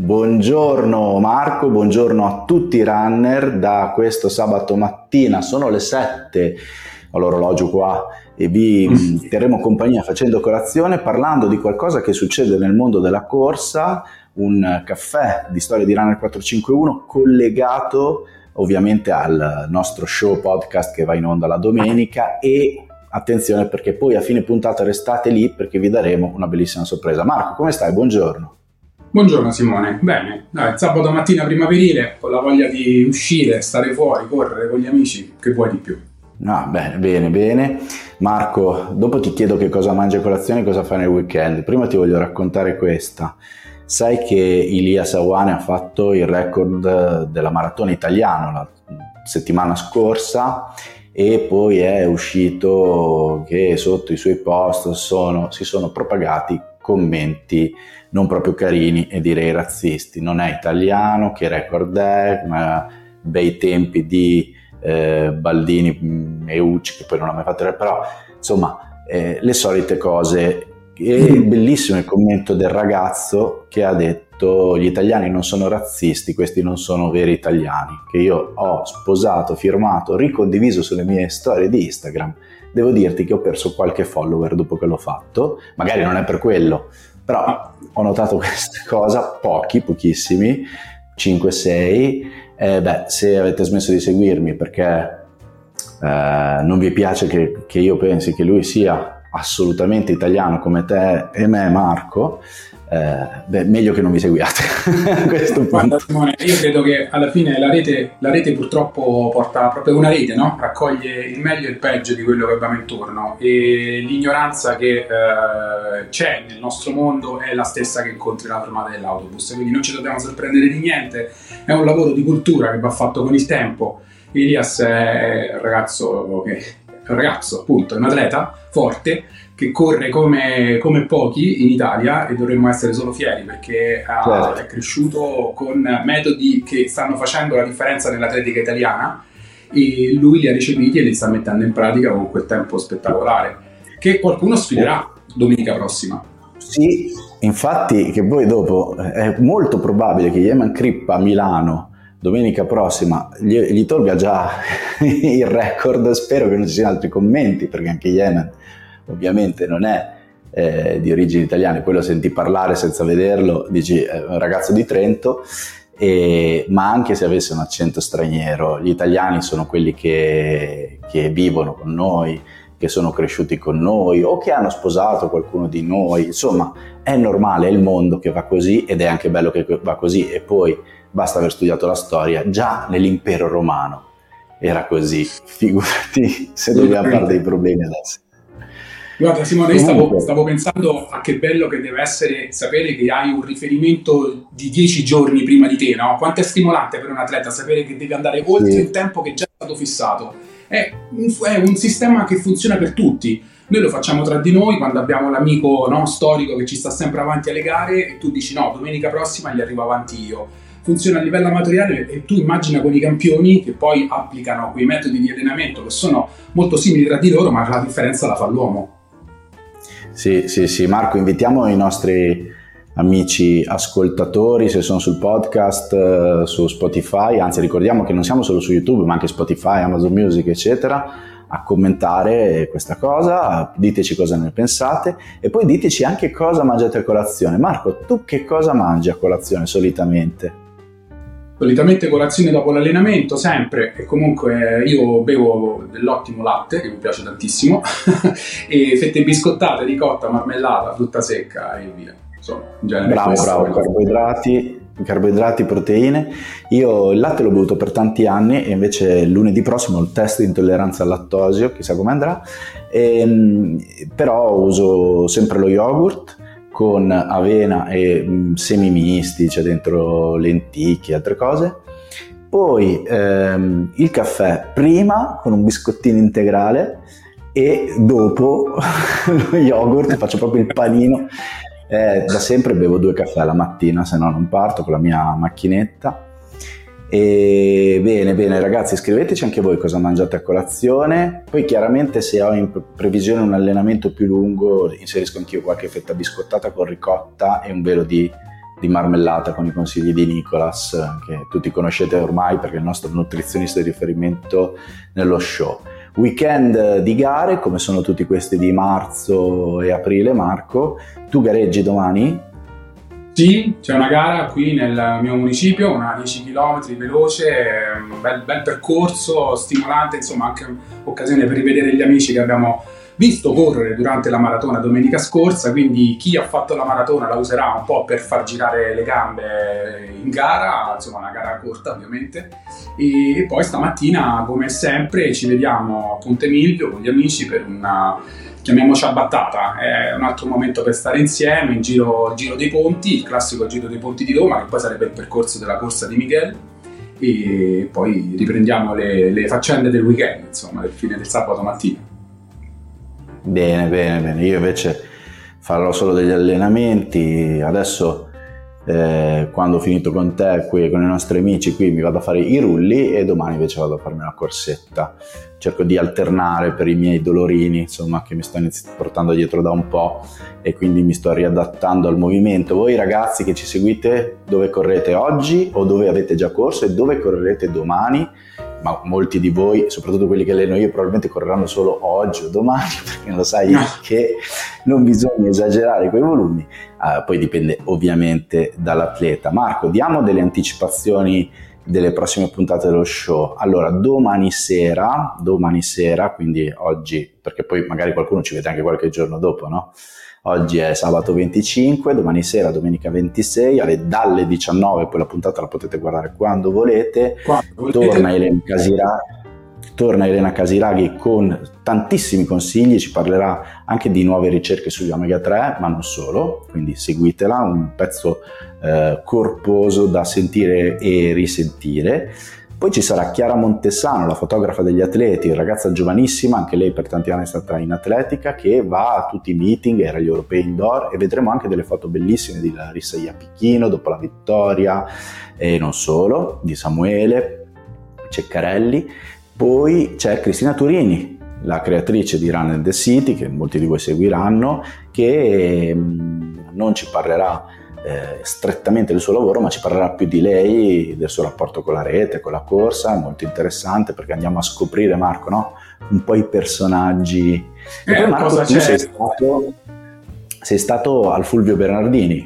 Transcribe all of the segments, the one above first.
Buongiorno Marco, buongiorno a tutti i runner da questo sabato mattina, sono le 7, ho l'orologio qua e vi terremo compagnia facendo colazione parlando di qualcosa che succede nel mondo della corsa, un caffè di storia di Runner 451 collegato ovviamente al nostro show podcast che va in onda la domenica e attenzione perché poi a fine puntata restate lì perché vi daremo una bellissima sorpresa. Marco, come stai? Buongiorno. Buongiorno Simone, bene, dai, sabato mattina primaverile con la voglia di uscire, stare fuori, correre con gli amici, che vuoi di più? Ah, bene. Marco, dopo ti chiedo che cosa mangi a colazione e cosa fai nel weekend. Prima ti voglio raccontare questa. Sai che Ilia Sawane ha fatto il record della maratona italiana la settimana scorsa e poi è uscito che sotto i suoi post si sono propagati commenti non proprio carini e direi razzisti. Non è italiano, che record è, ma bei tempi di Baldini e Ucci che poi non ha mai fatto, però insomma le solite cose. E bellissimo il commento del ragazzo che ha detto: gli italiani non sono razzisti, questi non sono veri italiani, che io ho sposato, firmato, ricondiviso sulle mie storie di Instagram. Devo dirti che ho perso qualche follower dopo che l'ho fatto, magari non è per quello, però ho notato questa cosa, pochissimi, 5-6, se avete smesso di seguirmi perché non vi piace che io pensi che lui sia assolutamente italiano come te e me Marco, meglio che non mi seguiate a questo punto. Guarda Simone, io credo che alla fine la rete purtroppo porta proprio una rete, no? Raccoglie il meglio e il peggio di quello che abbiamo intorno e l'ignoranza che c'è nel nostro mondo è la stessa che incontri alla fermata dell'autobus, quindi non ci dobbiamo sorprendere di niente, è un lavoro di cultura che va fatto con il tempo. Elias è un ragazzo appunto, è un atleta forte che corre come pochi in Italia e dovremmo essere solo fieri perché è cresciuto con metodi che stanno facendo la differenza nell'atletica italiana e lui li ha recepiti e li sta mettendo in pratica con quel tempo spettacolare che qualcuno sfiderà domenica prossima. Sì, infatti che poi dopo è molto probabile che Yeman Crippa a Milano domenica prossima gli tolga già il record. Spero che non ci siano altri commenti perché anche Yeman ovviamente non è di origini italiane, poi lo senti parlare senza vederlo, dici è un ragazzo di Trento, ma anche se avesse un accento straniero, gli italiani sono quelli che vivono con noi, che sono cresciuti con noi o che hanno sposato qualcuno di noi, insomma è normale, è il mondo che va così ed è anche bello che va così e poi basta aver studiato la storia, già nell'impero romano era così, figurati se dobbiamo fare dei problemi adesso. Guarda Simone, io stavo pensando a che bello che deve essere sapere che hai un riferimento di 10 giorni prima di te, no? Quanto è stimolante per un atleta sapere che deve andare oltre il tempo che già è stato fissato. È un sistema che funziona per tutti. Noi lo facciamo tra di noi quando abbiamo l'amico storico che ci sta sempre avanti alle gare e tu dici no, domenica prossima gli arrivo avanti io. Funziona a livello amatoriale e tu immagina con i campioni che poi applicano quei metodi di allenamento che sono molto simili tra di loro, ma la differenza la fa l'uomo. Sì, Marco, invitiamo i nostri amici ascoltatori, se sono sul podcast, su Spotify, anzi ricordiamo che non siamo solo su YouTube, ma anche Spotify, Amazon Music, eccetera, a commentare questa cosa, diteci cosa ne pensate e poi diteci anche cosa mangiate a colazione. Marco, tu che cosa mangi a colazione solitamente? Solitamente colazione dopo l'allenamento, sempre, e comunque io bevo dell'ottimo latte, che mi piace tantissimo, e fette biscottate, ricotta, marmellata, frutta secca e via. Insomma, in genere bravo, carboidrati, proteine. Io il latte l'ho bevuto per tanti anni e invece lunedì prossimo ho il test di intolleranza al lattosio, chissà come andrà, però uso sempre lo yogurt con avena e semi misti, c'è dentro lenticchie e altre cose. Poi il caffè prima con un biscottino integrale e dopo lo yogurt, faccio proprio il panino. Da sempre bevo 2 caffè la mattina, se no non parto con la mia macchinetta. E bene ragazzi, scriveteci anche voi cosa mangiate a colazione, poi chiaramente se ho in previsione un allenamento più lungo inserisco anch'io qualche fetta biscottata con ricotta e un velo di di marmellata con i consigli di Nicolas, che tutti conoscete ormai perché è il nostro nutrizionista di riferimento nello show. Weekend di gare, come sono tutti questi di marzo e aprile. Marco, tu gareggi domani? Sì, c'è una gara qui nel mio municipio, una 10 km veloce, un bel percorso, stimolante, insomma anche un'occasione per rivedere gli amici che abbiamo visto correre durante la maratona domenica scorsa, quindi chi ha fatto la maratona la userà un po' per far girare le gambe in gara, insomma una gara corta ovviamente, e poi stamattina come sempre ci vediamo a Ponte Milvio con gli amici per una, chiamiamoci ciabattata, è un altro momento per stare insieme, il giro dei ponti, il classico giro dei ponti di Roma, che poi sarebbe il percorso della corsa di Miguel, e poi riprendiamo le faccende del weekend, insomma del fine del sabato mattina. Bene, io invece farò solo degli allenamenti, adesso quando ho finito con te qui con i nostri amici qui mi vado a fare i rulli e domani invece vado a farmi una corsetta, cerco di alternare per i miei dolorini insomma che mi sto portando dietro da un po' e quindi mi sto riadattando al movimento. Voi ragazzi che ci seguite, dove correte oggi o dove avete già corso e dove correrete domani? Ma molti di voi, soprattutto quelli che alleno io, probabilmente correranno solo oggi o domani, perché lo sai che non bisogna esagerare quei volumi, poi dipende ovviamente dall'atleta. Marco, diamo delle anticipazioni delle prossime puntate dello show. Allora, domani sera, quindi oggi, perché poi magari qualcuno ci vede anche qualche giorno dopo, no? Oggi è sabato 25, domani sera, domenica 26, dalle 19, poi la puntata la potete guardare quando volete. Torna Elena Casiraghi con tantissimi consigli, ci parlerà anche di nuove ricerche sugli omega 3, ma non solo, quindi seguitela, un pezzo corposo da sentire e risentire. Poi ci sarà Chiara Montesano, la fotografa degli atleti, ragazza giovanissima, anche lei per tanti anni è stata in atletica, che va a tutti i meeting, era agli europei indoor, e vedremo anche delle foto bellissime di Larissa Iapicchino dopo la vittoria, e non solo, di Samuele Ceccarelli. Poi c'è Cristina Turini, la creatrice di Run in the City, che molti di voi seguiranno, che non ci parlerà strettamente del suo lavoro, ma ci parlerà più di lei, del suo rapporto con la rete, con la corsa. È molto interessante perché andiamo a scoprire, Marco, no? Un po' i personaggi. E poi Marco, tu sei stato al Fulvio Bernardini.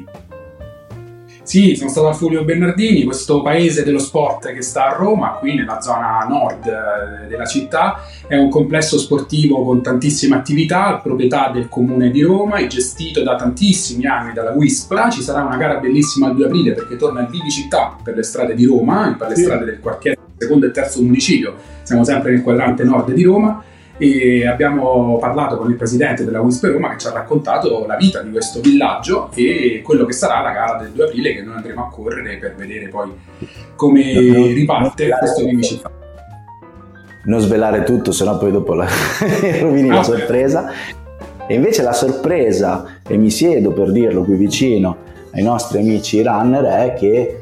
Sì, sono stato al Fulvio Bernardini, questo paese dello sport che sta a Roma, qui nella zona nord della città. È un complesso sportivo con tantissime attività, proprietà del comune di Roma, è gestito da tantissimi anni dalla WISPLA. Ci sarà una gara bellissima il 2 aprile perché torna il Vivicittà per le strade di Roma, per le strade del quartiere secondo e terzo municipio. Siamo sempre nel quadrante nord di Roma. E abbiamo parlato con il presidente della WISP Roma, che ci ha raccontato la vita di questo villaggio e quello che sarà la gara del 2 aprile, che noi andremo a correre per vedere poi come riparte questo Vivicittà. Non svelare tutto, sennò poi dopo rovini la sorpresa. E invece la sorpresa, e mi siedo per dirlo qui vicino ai nostri amici runner, è che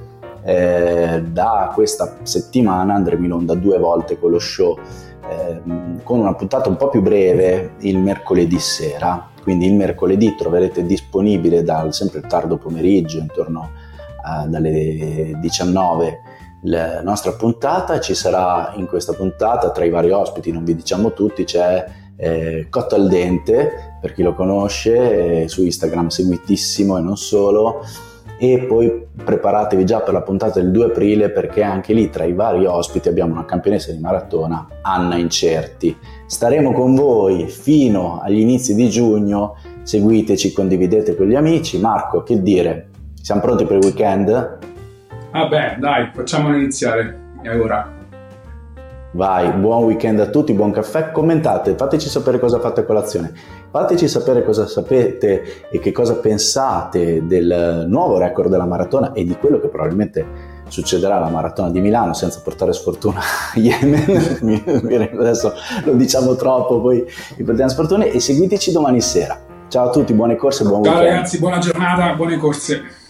da questa settimana andremo in onda 2 volte con lo show, con una puntata un po' più breve il mercoledì sera. Quindi il mercoledì troverete disponibile sempre il tardo pomeriggio, intorno dalle 19, la nostra puntata. Ci sarà in questa puntata, tra i vari ospiti, non vi diciamo tutti, c'è Cotto al Dente, per chi lo conosce, su Instagram seguitissimo e non solo. E poi preparatevi già per la puntata del 2 aprile, perché anche lì tra i vari ospiti abbiamo una campionessa di maratona, Anna Incerti. Staremo con voi fino agli inizi di giugno, seguiteci, condividete con gli amici. Marco, che dire? Siamo pronti per il weekend? Vabbè, dai, facciamolo iniziare, è ora. Vai, buon weekend a tutti, buon caffè, commentate, fateci sapere cosa fate a colazione, fateci sapere cosa sapete e che cosa pensate del nuovo record della maratona e di quello che probabilmente succederà alla maratona di Milano, senza portare sfortuna a Yemen. Adesso lo diciamo troppo, poi mi portiamo sfortuna. E seguiteci domani sera. Ciao a tutti, buone corse, buon weekend. Ciao ragazzi, buona giornata, buone corse.